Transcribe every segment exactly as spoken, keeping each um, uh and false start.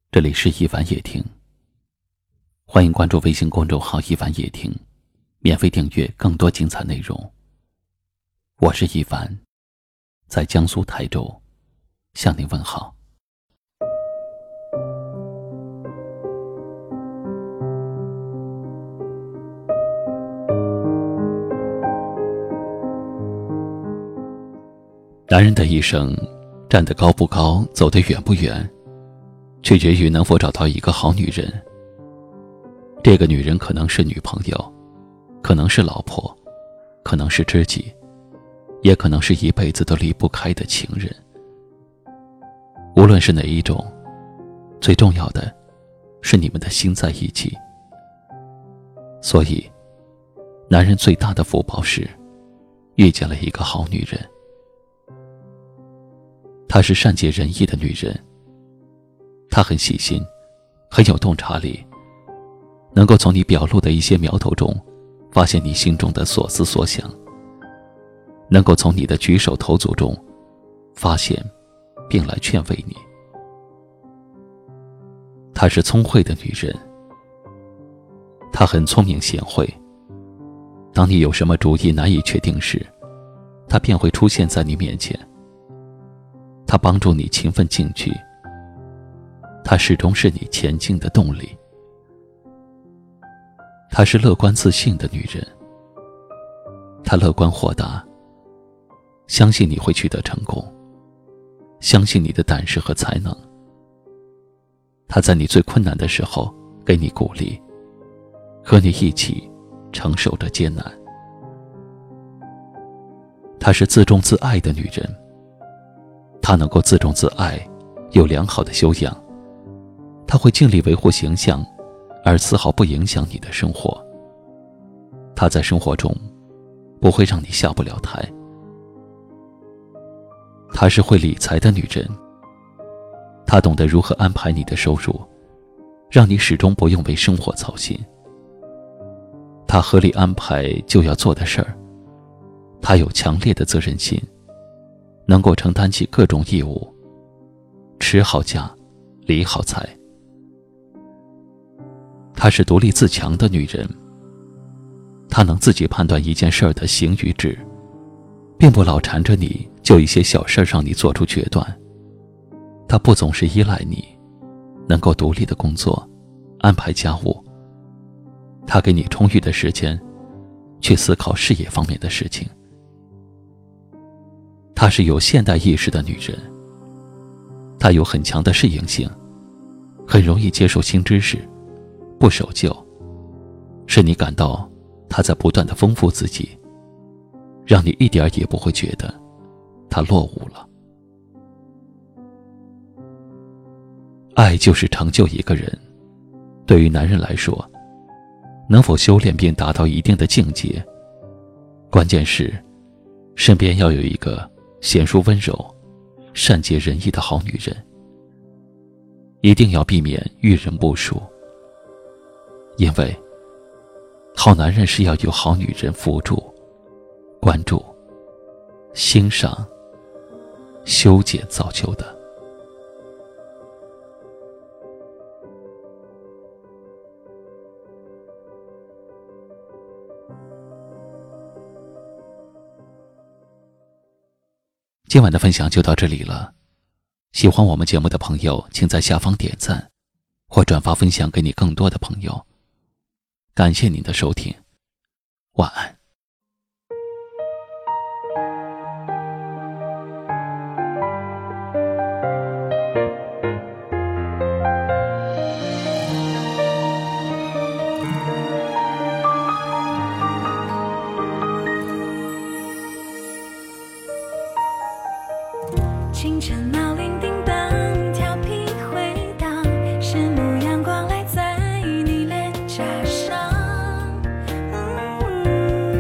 这里是一凡夜听，欢迎关注微信公众号一凡夜听，免费订阅更多精彩内容。我是一凡，在江苏台州向您问好。男人的一生，站得高不高，走得远不远，取决于能否找到一个好女人。这个女人可能是女朋友，可能是老婆，可能是知己，也可能是一辈子都离不开的情人。无论是哪一种，最重要的是你们的心在一起。所以，男人最大的福报是遇见了一个好女人。她是善解人意的女人，她很细心，很有洞察力，能够从你表露的一些苗头中发现你心中的所思所想，能够从你的举手投足中发现并来劝慰你。她是聪慧的女人，她很聪明贤惠，当你有什么主意难以确定时，她便会出现在你面前。她帮助你勤奋进取，她始终是你前进的动力。她是乐观自信的女人，她乐观豁达，相信你会取得成功，相信你的胆识和才能。她在你最困难的时候给你鼓励，和你一起承受着艰难。她是自重自爱的女人，她能够自重自爱，有良好的修养，她会尽力维护形象，而丝毫不影响你的生活。她在生活中不会让你下不了台。她是会理财的女人，她懂得如何安排你的收入，让你始终不用为生活操心。她合理安排就要做的事儿，她有强烈的责任心，能够承担起各种义务，持好家，理好财。她是独立自强的女人，她能自己判断一件事儿的行与止，并不老缠着你就一些小事让你做出决断。她不总是依赖你，能够独立的工作，安排家务。她给你充裕的时间去思考事业方面的事情。她是有现代意识的女人，她有很强的适应性，很容易接受新知识，不守旧，使你感到她在不断地丰富自己，让你一点也不会觉得她落伍了。爱就是成就一个人，对于男人来说，能否修炼并达到一定的境界，关键是身边要有一个贤淑温柔、善解人意的好女人。一定要避免遇人不淑，因为好男人是要有好女人扶助、关注、欣赏、修剪造就的。今晚的分享就到这里了，喜欢我们节目的朋友请在下方点赞或转发分享给你更多的朋友。感谢您的收听，晚安。 清晨闹铃叮当，调皮回荡，是牧阳光来在你脸颊上。嗯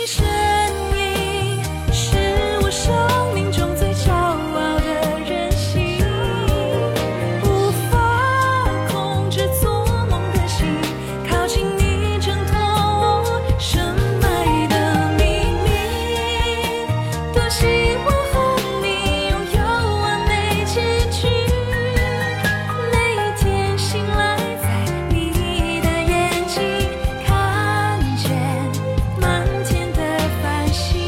身影，是我生命中最骄傲的任性，无法控制做梦的心，靠近你挣脱我深埋的秘密，多希望和你拥有完美结局，每一天醒来在你的眼睛看见满天的繁星。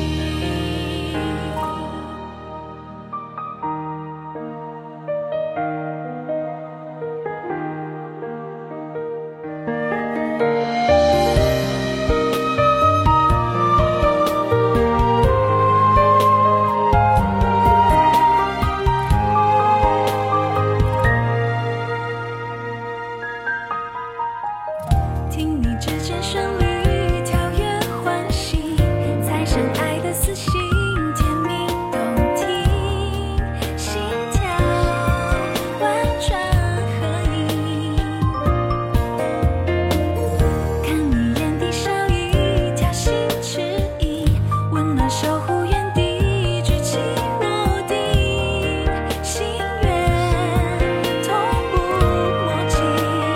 听你指尖旋律，跳跃欢喜，踩上爱的丝线，甜蜜动听，心跳婉转合一。看你眼底笑意，挑衅迟疑，温暖守护原地，举起落地，心愿同步默契。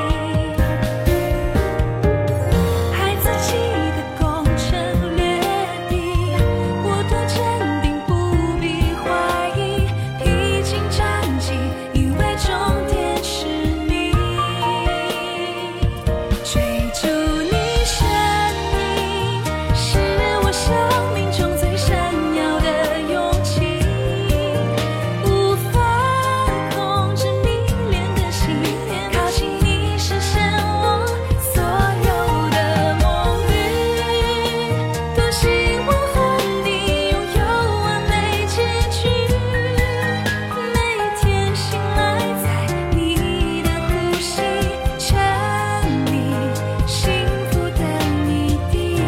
孩子气的攻城略地，我多坚定，不必怀疑。披荆斩棘，以为终点是你，追逐你身影，是我生命中最闪耀的勇气，无法控制迷恋的心，靠近你实现我所有的梦与，多希望和你拥有完美结局，每一天醒来在你的呼吸，沉溺幸福的谜底。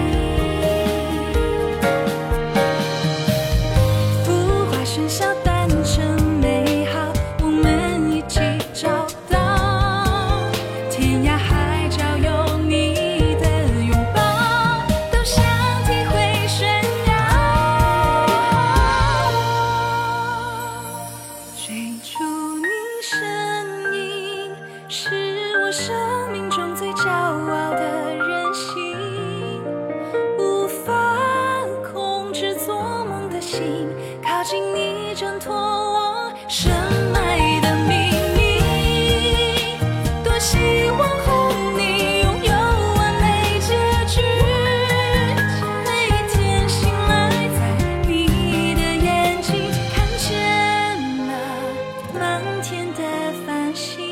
浮华喧嚣，单纯美好，我们一起找到。天涯海角有你的拥抱，都想体会炫耀。追逐你身影，是我生命中最骄傲的任性，无法控制做梦的心，靠近你挣脱我深埋的秘密，多希望和你拥有完美结局，每一天醒来在你的眼睛看见了满天的繁星。